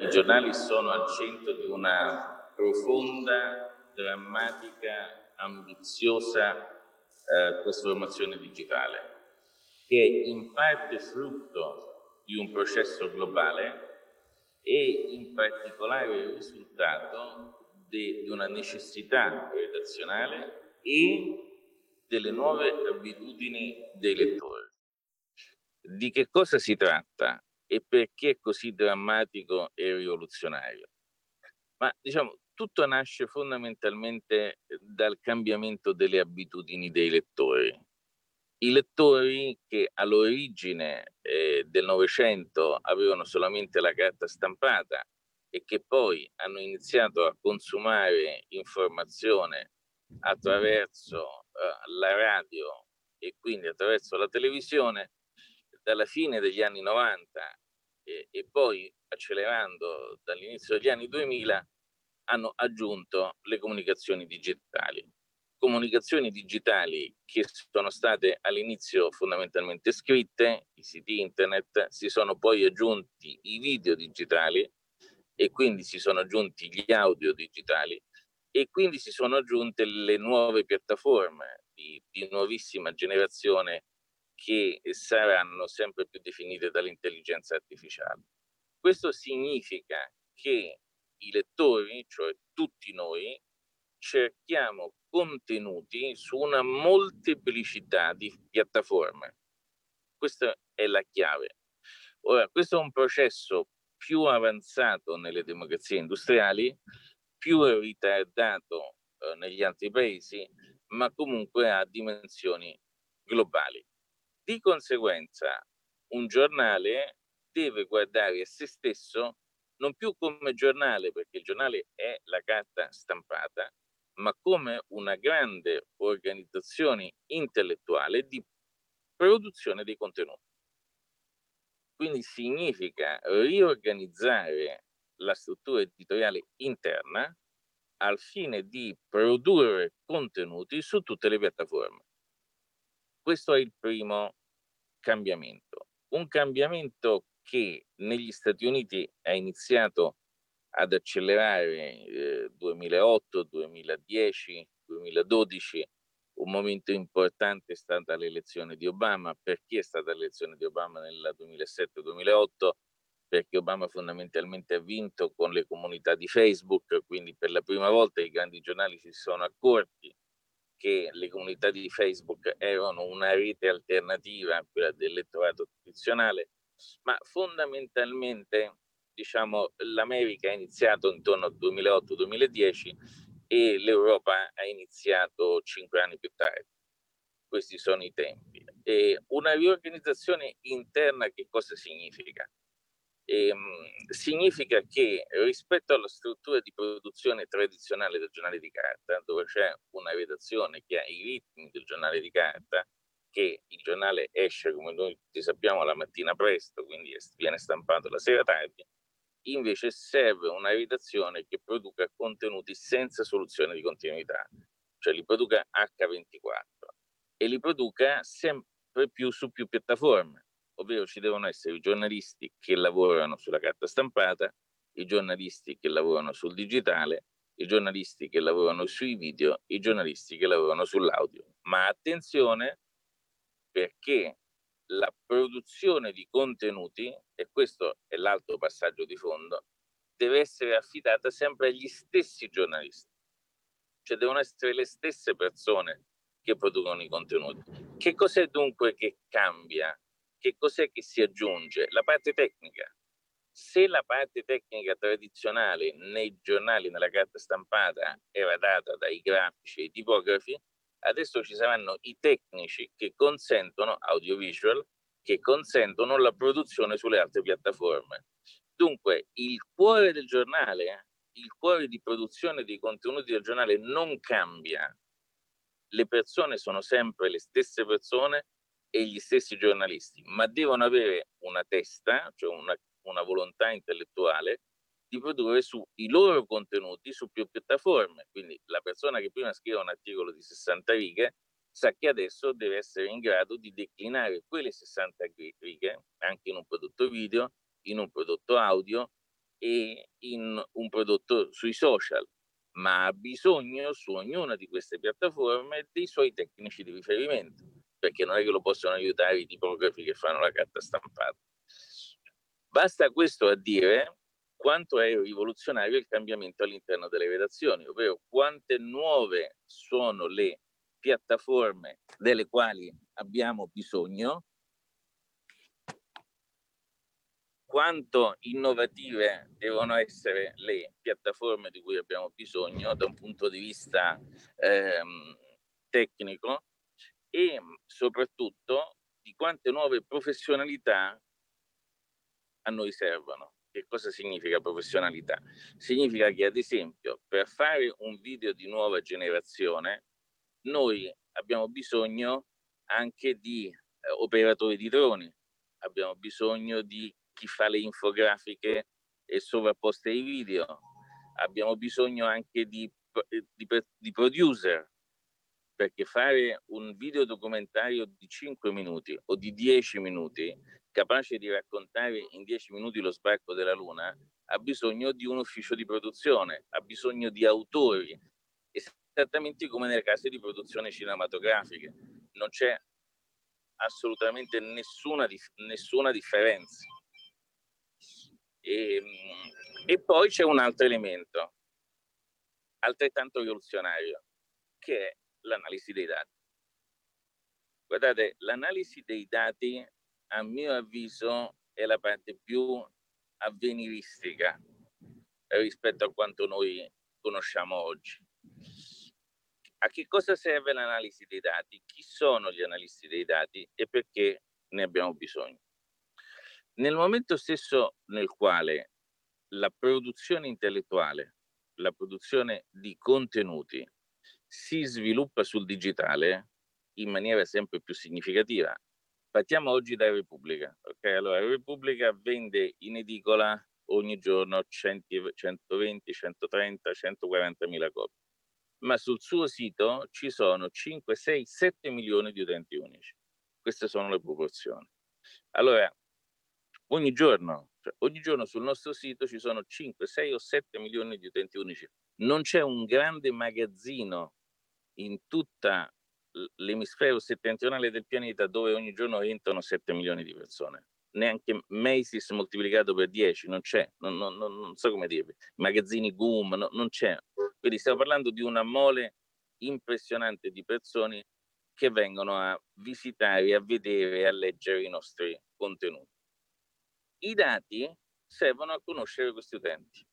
I giornali sono al centro di una profonda, drammatica, ambiziosa trasformazione digitale, che è in parte frutto di un processo globale e in particolare il risultato di una necessità redazionale e delle nuove abitudini dei lettori. Di che cosa si tratta e perché è così drammatico e rivoluzionario? Ma diciamo, tutto nasce fondamentalmente dal cambiamento delle abitudini dei lettori. I lettori che all'origine del Novecento avevano solamente la carta stampata e che poi hanno iniziato a consumare informazione attraverso la radio e quindi attraverso la televisione, dalla fine degli anni 90 e poi accelerando dall'inizio degli anni 2000 hanno aggiunto le comunicazioni digitali. Comunicazioni digitali che sono state all'inizio fondamentalmente scritte, i siti internet, si sono poi aggiunti i video digitali e quindi si sono aggiunti gli audio digitali e quindi si sono aggiunte le nuove piattaforme di nuovissima generazione che saranno sempre più definite dall'intelligenza artificiale. Questo significa che i lettori, cioè tutti noi, cerchiamo contenuti su una molteplicità di piattaforme. Questa è la chiave. Ora, questo è un processo più avanzato nelle democrazie industriali, più ritardato negli altri paesi, ma comunque ha dimensioni globali. Di conseguenza, un giornale deve guardare a se stesso non più come giornale, perché il giornale è la carta stampata, ma come una grande organizzazione intellettuale di produzione dei contenuti. Quindi significa riorganizzare la struttura editoriale interna al fine di produrre contenuti su tutte le piattaforme. Questo è il primo cambiamento. Un cambiamento che negli Stati Uniti è iniziato ad accelerare 2008, 2010, 2012. Un momento importante è stata l'elezione di Obama. Perché è stata l'elezione di Obama nel 2007-2008? Perché Obama fondamentalmente ha vinto con le comunità di Facebook, quindi per la prima volta i grandi giornali si sono accorti che le comunità di Facebook erano una rete alternativa a quella dell'elettorato tradizionale, ma fondamentalmente diciamo l'America ha iniziato intorno al 2008-2010 e l'Europa ha iniziato 5 anni più tardi. Questi sono i tempi. E una riorganizzazione interna che cosa significa? Significa che rispetto alla struttura di produzione tradizionale del giornale di carta, dove c'è una redazione che ha i ritmi del giornale di carta, che il giornale esce, come noi tutti sappiamo, la mattina presto, quindi viene stampato la sera tardi, invece serve una redazione che produca contenuti senza soluzione di continuità, cioè li produca H24 e li produca sempre più su più piattaforme, ovvero ci devono essere i giornalisti che lavorano sulla carta stampata, i giornalisti che lavorano sul digitale, i giornalisti che lavorano sui video, i giornalisti che lavorano sull'audio. Ma attenzione, perché la produzione di contenuti, e questo è l'altro passaggio di fondo, deve essere affidata sempre agli stessi giornalisti, cioè devono essere le stesse persone che producono i contenuti. Che cos'è dunque che cambia? Che cos'è che si aggiunge? La parte tecnica. Se la parte tecnica tradizionale nei giornali, nella carta stampata, era data dai grafici e i tipografi, adesso ci saranno i tecnici che consentono, audiovisual, che consentono la produzione sulle altre piattaforme. Dunque, il cuore del giornale, il cuore di produzione dei contenuti del giornale non cambia. Le persone sono sempre le stesse persone e gli stessi giornalisti, ma devono avere una testa, cioè una volontà intellettuale di produrre sui loro contenuti su più piattaforme. Quindi la persona che prima scriveva un articolo di 60 righe sa che adesso deve essere in grado di declinare quelle 60 righe anche in un prodotto video, in un prodotto audio, e in un prodotto sui social, ma ha bisogno su ognuna di queste piattaforme dei suoi tecnici di riferimento, perché non è che lo possono aiutare i tipografi che fanno la carta stampata. Basta questo a dire quanto è rivoluzionario il cambiamento all'interno delle redazioni, ovvero quante nuove sono le piattaforme delle quali abbiamo bisogno, quanto innovative devono essere le piattaforme di cui abbiamo bisogno da un punto di vista tecnico e soprattutto di quante nuove professionalità a noi servono. Che cosa significa professionalità? Significa che, ad esempio, per fare un video di nuova generazione, noi abbiamo bisogno anche di operatori di droni, abbiamo bisogno di chi fa le infografiche e sovrapposte ai video, abbiamo bisogno anche di producer, perché fare un video documentario di 5 minuti o di 10 minuti, capace di raccontare in 10 minuti lo sbarco della Luna, ha bisogno di un ufficio di produzione, ha bisogno di autori, esattamente come nelle case di produzione cinematografiche. Non c'è assolutamente nessuna differenza. E poi c'è un altro elemento altrettanto rivoluzionario, che è l'analisi dei dati. Guardate, l'analisi dei dati, a mio avviso, è la parte più avveniristica rispetto a quanto noi conosciamo oggi. A che cosa serve l'analisi dei dati? Chi sono gli analisti dei dati e perché ne abbiamo bisogno? Nel momento stesso nel quale la produzione intellettuale, la produzione di contenuti si sviluppa sul digitale in maniera sempre più significativa. Partiamo oggi da Repubblica. Okay? Allora, Repubblica vende in edicola ogni giorno 120, 130, 140 mila copie, ma sul suo sito ci sono 5, 6, 7 milioni di utenti unici. Queste sono le proporzioni. Allora, ogni giorno sul nostro sito ci sono 5, 6 o 7 milioni di utenti unici. Non c'è un grande magazzino in tutta l'emisfero settentrionale del pianeta dove ogni giorno entrano 7 milioni di persone. Neanche Macy's moltiplicato per 10 non c'è, non so come dirvi. Magazzini Goom, non c'è. Quindi stiamo parlando di una mole impressionante di persone che vengono a visitare, a vedere, a leggere i nostri contenuti. I dati servono a conoscere questi utenti.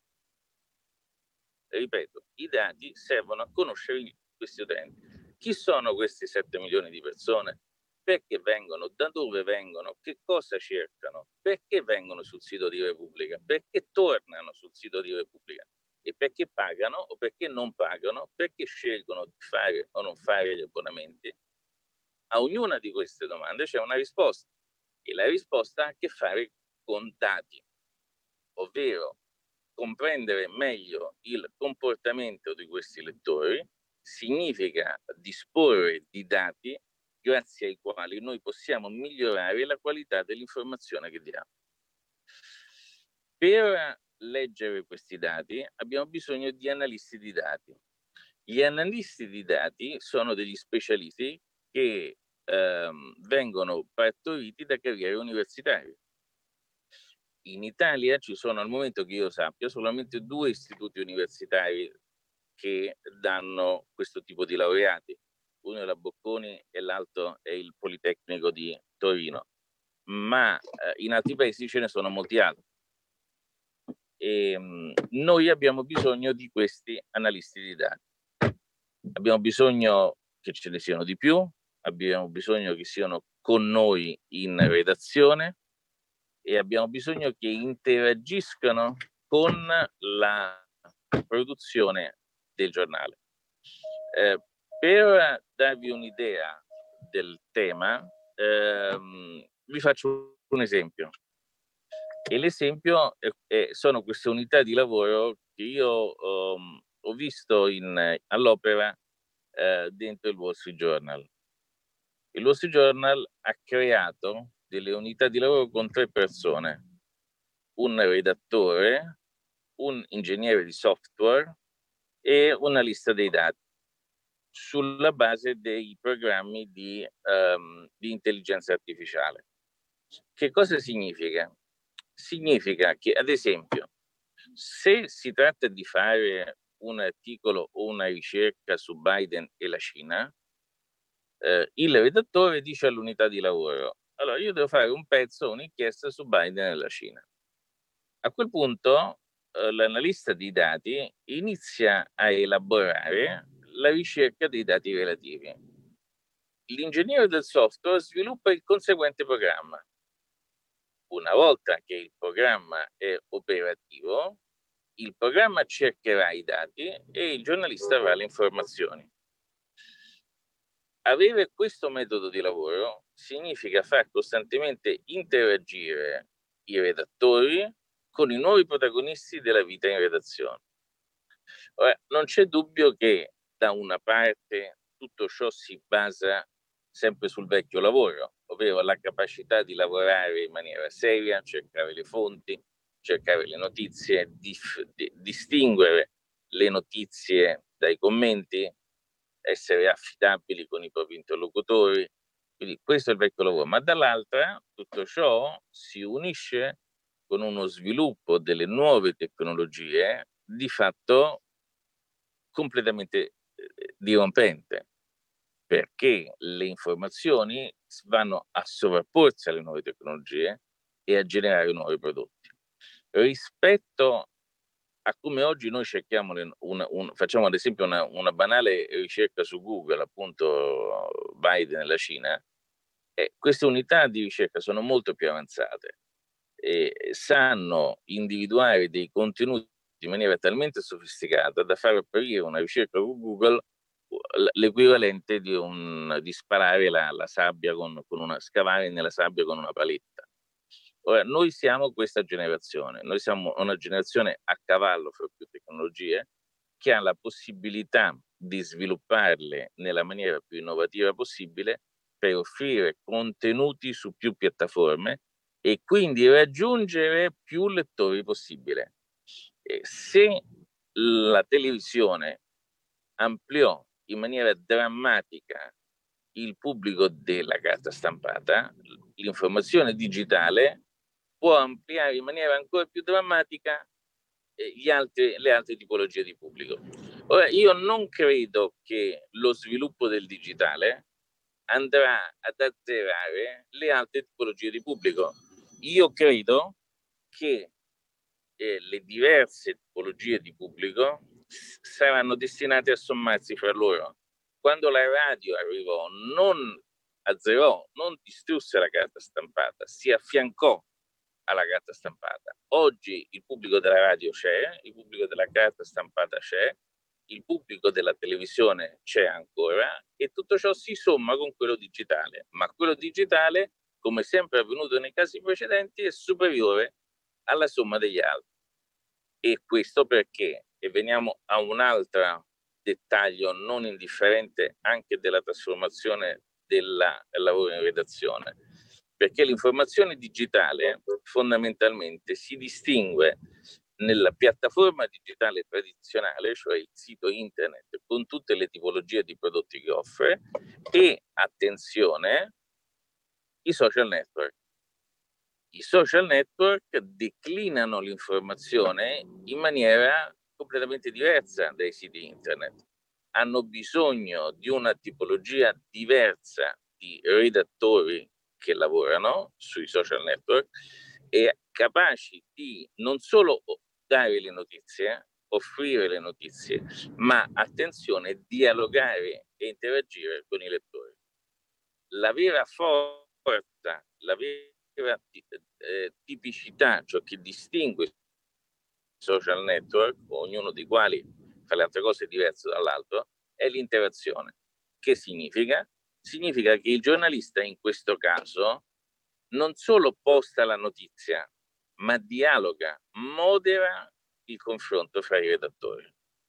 Ripeto, i dati servono a conoscere questi utenti. Chi sono questi 7 milioni di persone? Perché vengono? Da dove vengono? Che cosa cercano? Perché vengono sul sito di Repubblica? Perché tornano sul sito di Repubblica? E perché pagano o perché non pagano? Perché scelgono di fare o non fare gli abbonamenti? A ognuna di queste domande c'è una risposta e la risposta ha a che fare con dati, ovvero comprendere meglio il comportamento di questi lettori significa disporre di dati grazie ai quali noi possiamo migliorare la qualità dell'informazione che diamo. Per leggere questi dati abbiamo bisogno di analisti di dati. Gli analisti di dati sono degli specialisti che vengono partoriti da carriere universitarie. In Italia ci sono, al momento che io sappia, solamente 2 istituti universitari che danno questo tipo di laureati. Uno è la Bocconi e l'altro è il Politecnico di Torino, ma in altri paesi ce ne sono molti altri. Noi abbiamo bisogno di questi analisti di dati. Abbiamo bisogno che ce ne siano di più, abbiamo bisogno che siano con noi in redazione e abbiamo bisogno che interagiscano con la produzione del giornale. Per darvi un'idea del tema, vi faccio un esempio. E l'esempio sono queste unità di lavoro che io ho visto all'opera dentro il Wall Street Journal. Il Wall Street Journal ha creato delle unità di lavoro con 3 persone, un redattore, un ingegnere di software e una lista dei dati sulla base dei programmi di intelligenza artificiale. Che cosa significa? Significa che, ad esempio, se si tratta di fare un articolo o una ricerca su Biden e la Cina, il redattore dice all'unità di lavoro: allora io devo fare un pezzo, un'inchiesta su Biden e la Cina. A quel punto l'analista di dati inizia a elaborare la ricerca dei dati relativi. L'ingegnere del software sviluppa il conseguente programma. Una volta che il programma è operativo, il programma cercherà i dati e il giornalista avrà le informazioni. Avere questo metodo di lavoro significa far costantemente interagire i redattori con i nuovi protagonisti della vita in redazione. Ora, non c'è dubbio che da una parte tutto ciò si basa sempre sul vecchio lavoro, ovvero la capacità di lavorare in maniera seria, cercare le fonti, cercare le notizie, distinguere le notizie dai commenti, essere affidabili con i propri interlocutori. Quindi questo è il vecchio lavoro, ma dall'altra tutto ciò si unisce con uno sviluppo delle nuove tecnologie di fatto completamente dirompente, perché le informazioni vanno a sovrapporsi alle nuove tecnologie e a generare nuovi prodotti. Rispetto a come oggi noi cerchiamo, facciamo ad esempio una banale ricerca su Google, appunto Biden e la Cina, queste unità di ricerca sono molto più avanzate e sanno individuare dei contenuti in maniera talmente sofisticata da far apparire una ricerca su Google l'equivalente di sparare la sabbia scavare nella sabbia con una paletta. Ora, noi siamo questa generazione, noi siamo una generazione a cavallo fra più tecnologie che ha la possibilità di svilupparle nella maniera più innovativa possibile per offrire contenuti su più piattaforme e quindi raggiungere più lettori possibile. Se la televisione ampliò in maniera drammatica il pubblico della carta stampata, l'informazione digitale può ampliare in maniera ancora più drammatica le altre tipologie di pubblico. Ora, io non credo che lo sviluppo del digitale andrà ad azzerare le altre tipologie di pubblico. Io credo che le diverse tipologie di pubblico saranno destinate a sommarsi fra loro. Quando la radio arrivò, non azzerò, non distrusse la carta stampata, si affiancò alla carta stampata. Oggi il pubblico della radio c'è, il pubblico della carta stampata c'è, il pubblico della televisione c'è ancora e tutto ciò si somma con quello digitale, ma quello digitale, come sempre è avvenuto nei casi precedenti, è superiore alla somma degli altri. E questo perché, e veniamo a un altro dettaglio non indifferente anche della trasformazione del lavoro in redazione, perché l'informazione digitale fondamentalmente si distingue nella piattaforma digitale tradizionale, cioè il sito internet con tutte le tipologie di prodotti che offre, e attenzione, i social network. I social network declinano l'informazione in maniera completamente diversa dai siti internet. Hanno bisogno di una tipologia diversa di redattori che lavorano sui social network e capaci di non solo dare le notizie, offrire le notizie, ma attenzione, dialogare e interagire con i lettori. La vera forza, la vera tipicità, ciò che distingue i social network, ognuno dei quali fa le altre cose diverse dall'altro, è l'interazione. Che significa? Significa che il giornalista in questo caso non solo posta la notizia, ma dialoga, modera il confronto fra i redattori.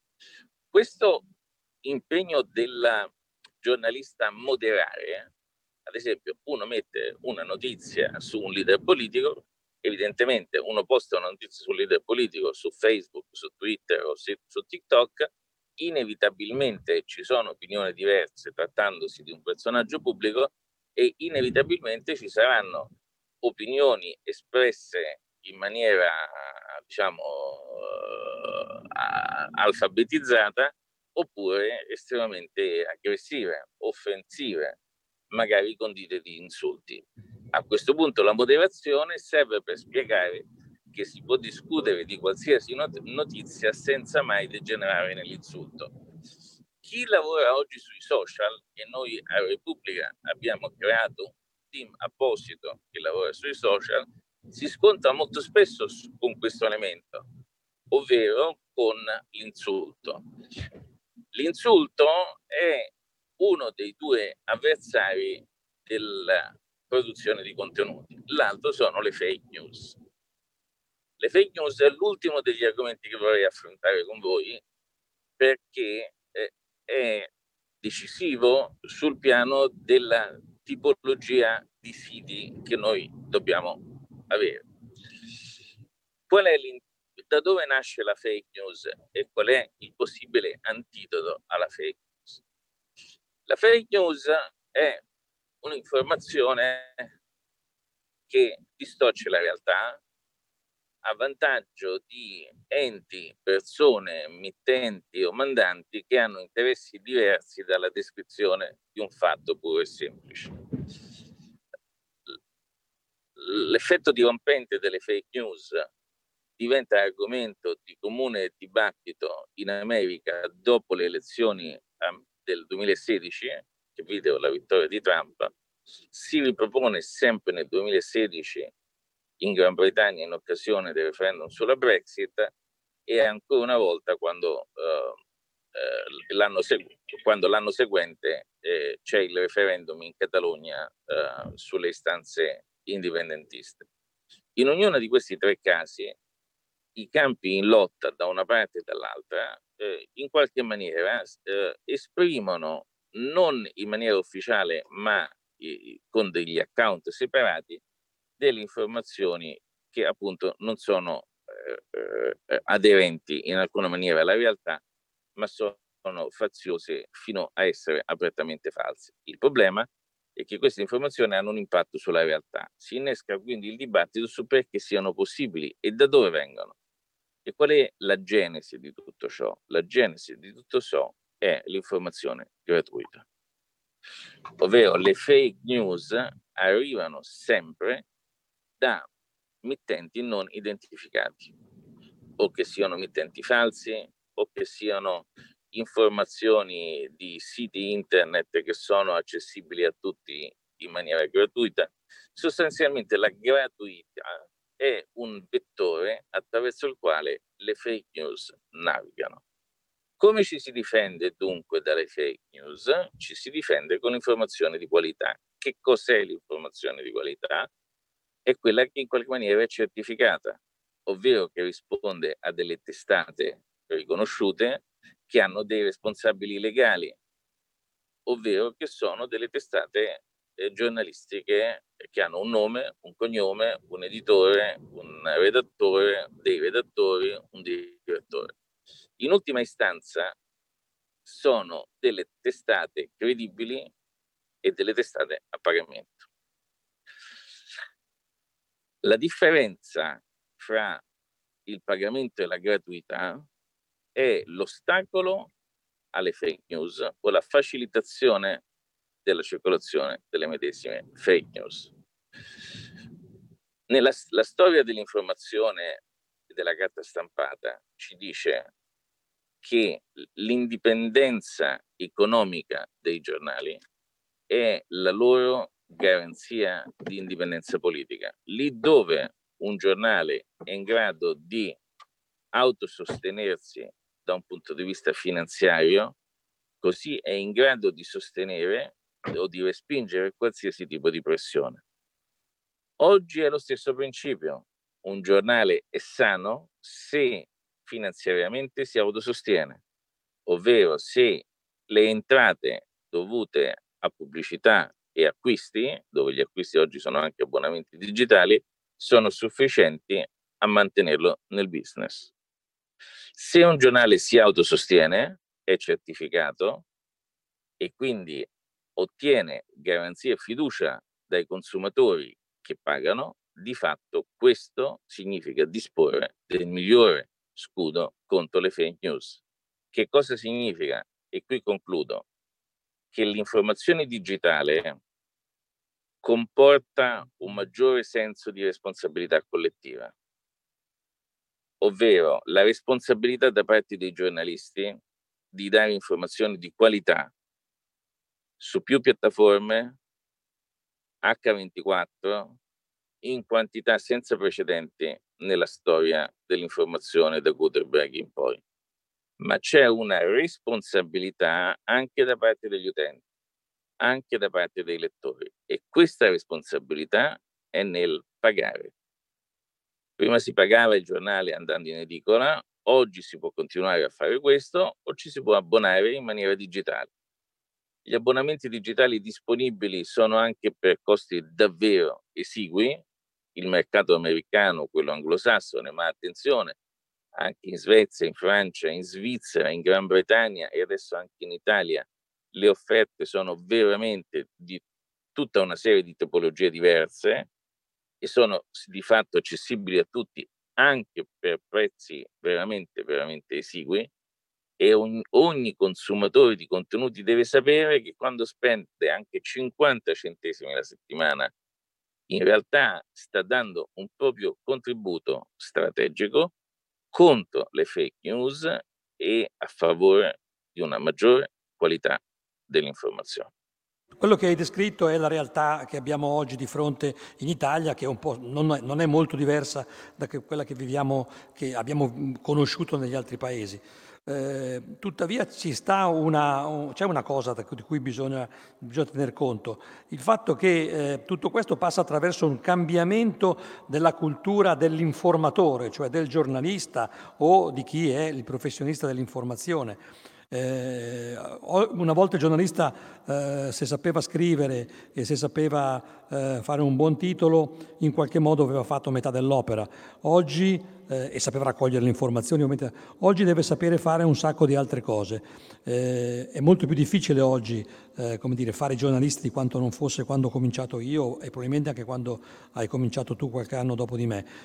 Questo impegno del giornalista a moderare, ad esempio, uno mette una notizia su un leader politico evidentemente uno posta una notizia sul leader politico su Facebook, su Twitter o su TikTok, inevitabilmente ci sono opinioni diverse trattandosi di un personaggio pubblico e inevitabilmente ci saranno opinioni espresse in maniera, diciamo, alfabetizzata oppure estremamente aggressive, offensive, magari condite di insulti. A questo punto la moderazione serve per spiegare che si può discutere di qualsiasi notizia senza mai degenerare nell'insulto. Chi lavora oggi sui social, e noi a Repubblica abbiamo creato un team apposito che lavora sui social, si scontra molto spesso con questo elemento, ovvero con l'insulto. L'insulto è uno dei due avversari della produzione di contenuti, l'altro sono le fake news. Le fake news è l'ultimo degli argomenti che vorrei affrontare con voi perché è decisivo sul piano della tipologia di siti che noi dobbiamo avere. Da dove nasce la fake news e qual è il possibile antidoto alla fake news? La fake news è un'informazione che distorce la realtà a vantaggio di enti, persone, mittenti o mandanti che hanno interessi diversi dalla descrizione di un fatto puro e semplice. L'effetto dirompente delle fake news diventa argomento di comune dibattito in America dopo le elezioni del 2016, che videro la vittoria di Trump, si ripropone sempre nel 2016 in Gran Bretagna in occasione del referendum sulla Brexit e ancora una volta quando l'anno seguente c'è il referendum in Catalogna sulle istanze indipendentiste. In ognuno di questi tre casi i campi in lotta da una parte e dall'altra in qualche maniera esprimono non in maniera ufficiale ma con degli account separati delle informazioni che appunto non sono aderenti in alcuna maniera alla realtà, ma sono faziose fino a essere apertamente false. Il problema è che queste informazioni hanno un impatto sulla realtà. Si innesca quindi il dibattito su perché siano possibili e da dove vengono. E qual è la genesi di tutto ciò? La genesi di tutto ciò è l'informazione gratuita. Ovvero le fake news arrivano sempre da mittenti non identificati, o che siano mittenti falsi, o che siano informazioni di siti internet che sono accessibili a tutti in maniera gratuita. Sostanzialmente la gratuità è un vettore attraverso il quale le fake news navigano. Come ci si difende dunque dalle fake news? Ci si difende con informazione di qualità. Che cos'è l'informazione di qualità? È quella che in qualche maniera è certificata, ovvero che risponde a delle testate riconosciute che hanno dei responsabili legali, ovvero che sono delle testate giornalistiche che hanno un nome, un cognome, un editore, un redattore, dei redattori, un direttore. In ultima istanza sono delle testate credibili e delle testate a pagamento. La differenza fra il pagamento e la gratuità è l'ostacolo alle fake news o la facilitazione della circolazione delle medesime fake news. La storia dell'informazione e della carta stampata ci dice che l'indipendenza economica dei giornali è la loro garanzia di indipendenza politica. Lì dove un giornale è in grado di autosostenersi da un punto di vista finanziario, così è in grado di sostenere o di respingere qualsiasi tipo di pressione. Oggi è lo stesso principio. Un giornale è sano se finanziariamente si autosostiene, ovvero se le entrate dovute a pubblicità e acquisti, dove gli acquisti oggi sono anche abbonamenti digitali, sono sufficienti a mantenerlo nel business. Se un giornale si autosostiene, è certificato e quindi ottiene garanzia e fiducia dai consumatori che pagano, di fatto questo significa disporre del migliore scudo contro le fake news. Che cosa significa? E qui concludo, che l'informazione digitale comporta un maggiore senso di responsabilità collettiva, ovvero la responsabilità da parte dei giornalisti di dare informazioni di qualità su più piattaforme, H24, in quantità senza precedenti nella storia dell'informazione da Gutenberg in poi. Ma c'è una responsabilità anche da parte degli utenti, anche da parte dei lettori, e questa responsabilità è nel pagare. Prima si pagava il giornale andando in edicola, oggi si può continuare a fare questo o ci si può abbonare in maniera digitale. Gli abbonamenti digitali disponibili sono anche per costi davvero esigui, il mercato americano, quello anglosassone, ma attenzione, anche in Svezia, in Francia, in Svizzera, in Gran Bretagna e adesso anche in Italia le offerte sono veramente di tutta una serie di tipologie diverse e sono di fatto accessibili a tutti anche per prezzi veramente, veramente esigui, e ogni consumatore di contenuti deve sapere che quando spende anche 50 centesimi alla settimana, in realtà sta dando un proprio contributo strategico contro le fake news e a favore di una maggiore qualità dell'informazione. Quello che hai descritto è la realtà che abbiamo oggi di fronte in Italia, che è un po', non è molto diversa da quella che viviamo, che abbiamo conosciuto negli altri paesi. Tuttavia c'è una cosa di cui bisogna tener conto, il fatto che tutto questo passa attraverso un cambiamento della cultura dell'informatore, cioè del giornalista o di chi è il professionista dell'informazione. Una volta il giornalista, se sapeva scrivere e se sapeva fare un buon titolo, in qualche modo aveva fatto metà dell'opera. Oggi, e sapeva raccogliere le informazioni, ovviamente, oggi deve sapere fare un sacco di altre cose. È molto più difficile oggi, come dire, fare giornalisti di quanto non fosse quando ho cominciato io e probabilmente anche quando hai cominciato tu qualche anno dopo di me.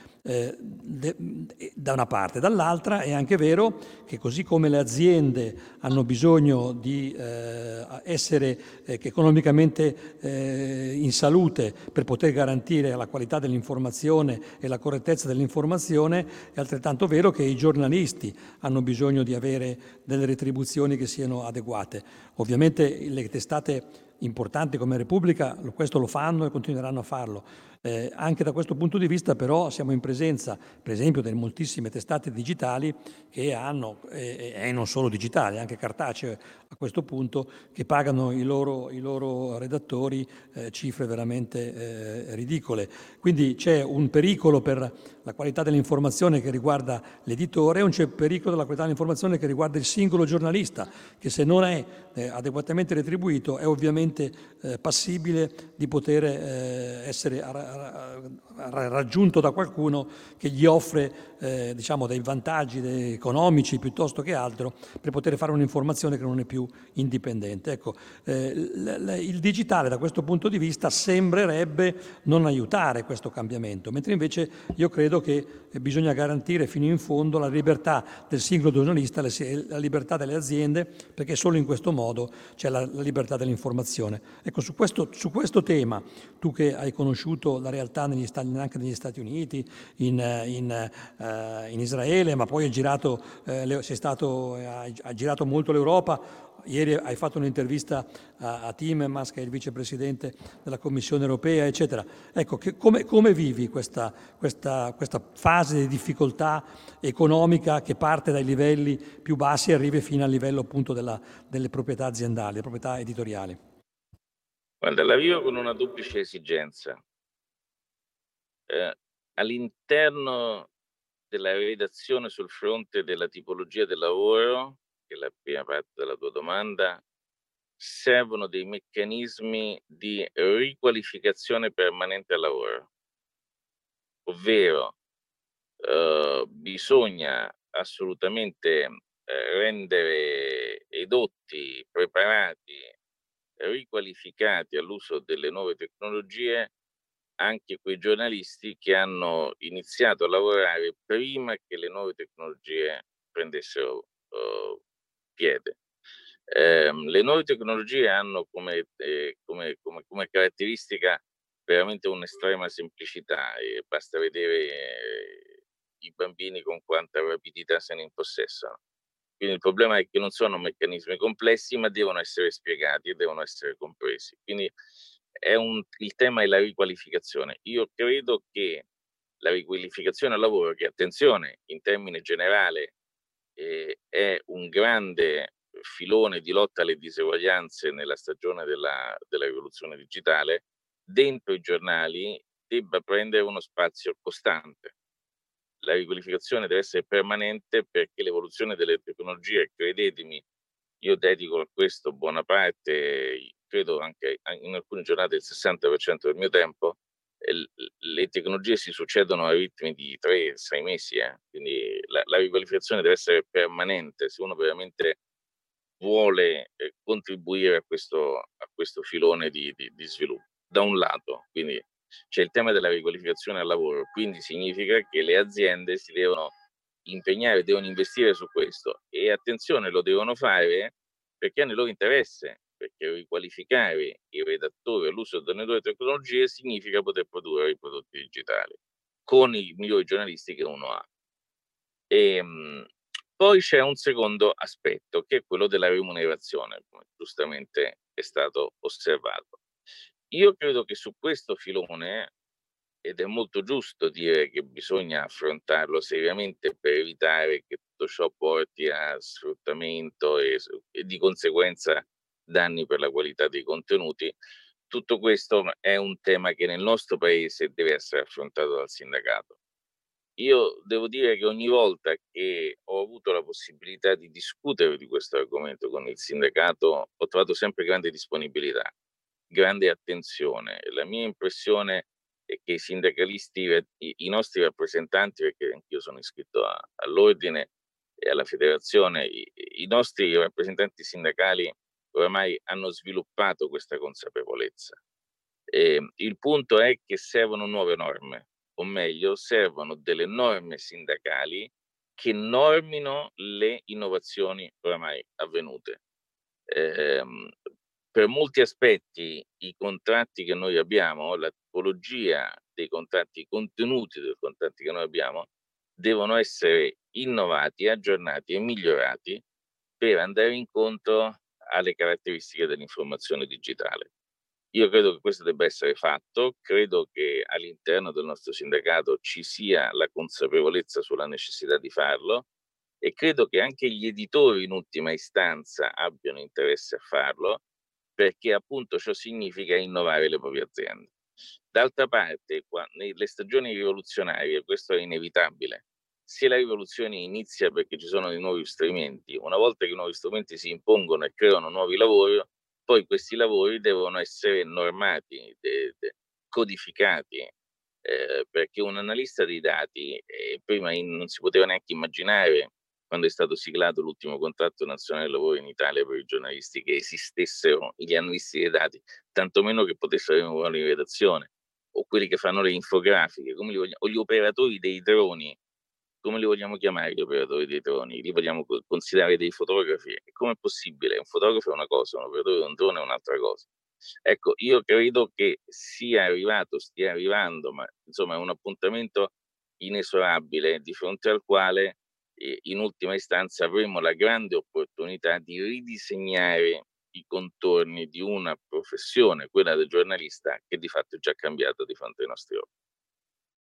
Da una parte. Dall'altra è anche vero che così come le aziende hanno bisogno di essere economicamente in salute per poter garantire la qualità dell'informazione e la correttezza dell'informazione, è altrettanto vero che i giornalisti hanno bisogno di avere delle retribuzioni che siano adeguate. Ovviamente le testate importanti come Repubblica questo lo fanno e continueranno a farlo. Anche da questo punto di vista però siamo in presenza, per esempio, di moltissime testate digitali che hanno, e non solo digitali, anche cartacee a questo punto, che pagano i loro redattori cifre veramente ridicole. Quindi c'è un pericolo per la qualità dell'informazione che riguarda l'editore, e c'è il pericolo della qualità dell'informazione che riguarda il singolo giornalista, che se non è adeguatamente retribuito è ovviamente passibile di poter essere raggiunto da qualcuno che gli offre diciamo dei vantaggi economici piuttosto che altro per poter fare un'informazione che non è più indipendente. Ecco, il digitale da questo punto di vista sembrerebbe non aiutare questo cambiamento, mentre invece io credo che bisogna garantire fino in fondo la libertà del singolo giornalista, la libertà delle aziende, perché solo in questo modo c'è la libertà dell'informazione. Ecco, su questo tema, tu che hai conosciuto la realtà anche negli Stati Uniti, in Israele, ma poi hai girato molto l'Europa. Ieri hai fatto un'intervista a Timmermans, che è il vicepresidente della Commissione europea, eccetera. Ecco, come vivi questa fase di difficoltà economica che parte dai livelli più bassi e arriva fino al livello appunto delle proprietà aziendali, delle proprietà editoriali? Guarda, la vivo con una duplice esigenza. All'interno della redazione sul fronte della tipologia del lavoro, che è la prima parte della tua domanda, servono dei meccanismi di riqualificazione permanente al lavoro. ovvero bisogna assolutamente rendere edotti, preparati, riqualificati all'uso delle nuove tecnologie anche quei giornalisti che hanno iniziato a lavorare prima che le nuove tecnologie prendessero piede. Le nuove tecnologie hanno come caratteristica veramente un'estrema semplicità e basta vedere i bambini con quanta rapidità se ne impossessano. Quindi il problema è che non sono meccanismi complessi, ma devono essere spiegati e devono essere compresi. Quindi il tema è la riqualificazione. Io credo che la riqualificazione al lavoro, che attenzione, in termine generale, è un grande filone di lotta alle diseguaglianze nella stagione della rivoluzione digitale, dentro i giornali debba prendere uno spazio costante. La riqualificazione deve essere permanente perché l'evoluzione delle tecnologie, credetemi, io dedico a questo buona parte, credo anche in alcune giornate il 60% del mio tempo, e le tecnologie si succedono a ritmi di 3-6 mesi, quindi la riqualificazione deve essere permanente se uno veramente vuole contribuire a questo filone di sviluppo. Da un lato, quindi c'è il tema della riqualificazione al lavoro, quindi significa che le aziende si devono impegnare, devono investire su questo e attenzione, lo devono fare perché è nel loro interesse, perché riqualificare i redattori all'uso delle nuove tecnologie significa poter produrre i prodotti digitali con i migliori giornalisti che uno ha. Poi c'è un secondo aspetto che è quello della remunerazione, come giustamente è stato osservato. Io credo che su questo filone, ed è molto giusto dire che bisogna affrontarlo seriamente per evitare che tutto ciò porti a sfruttamento e di conseguenza danni per la qualità dei contenuti. Tutto questo è un tema che nel nostro paese deve essere affrontato dal sindacato. Io devo dire che ogni volta che ho avuto la possibilità di discutere di questo argomento con il sindacato, ho trovato sempre grande disponibilità, grande attenzione. La mia impressione è che i sindacalisti, i nostri rappresentanti, perché anch'io sono iscritto all'ordine e alla federazione, i nostri rappresentanti sindacali oramai hanno sviluppato questa consapevolezza. Il punto è che servono nuove norme, o meglio servono delle norme sindacali che normino le innovazioni oramai avvenute. Ehm, per molti aspetti i contratti che noi abbiamo, la tipologia dei contratti, i contenuti dei contratti che noi abbiamo, devono essere innovati, aggiornati e migliorati per andare incontro alle caratteristiche dell'informazione digitale. Io credo che questo debba essere fatto, credo che all'interno del nostro sindacato ci sia la consapevolezza sulla necessità di farlo e credo che anche gli editori in ultima istanza abbiano interesse a farlo, perché appunto ciò significa innovare le proprie aziende. D'altra parte, nelle stagioni rivoluzionarie questo è inevitabile. Se la rivoluzione inizia perché ci sono dei nuovi strumenti, una volta che i nuovi strumenti si impongono e creano nuovi lavori, poi questi lavori devono essere normati, codificati, perché un analista dei dati, prima non si poteva neanche immaginare, quando è stato siglato l'ultimo contratto nazionale del lavoro in Italia per i giornalisti, che esistessero gli analisti dei dati, tantomeno che potessero avere un ruolo in redazione, o quelli che fanno le infografiche, o gli operatori dei droni, come li vogliamo chiamare gli operatori dei droni? Li vogliamo considerare dei fotografi? E com'è possibile? Un fotografo è una cosa, un operatore di un drone è un'altra cosa. Ecco, io credo che sia arrivato, stia arrivando, ma insomma è un appuntamento inesorabile di fronte al quale in ultima istanza avremo la grande opportunità di ridisegnare i contorni di una professione, quella del giornalista, che di fatto è già cambiata di fronte ai nostri occhi.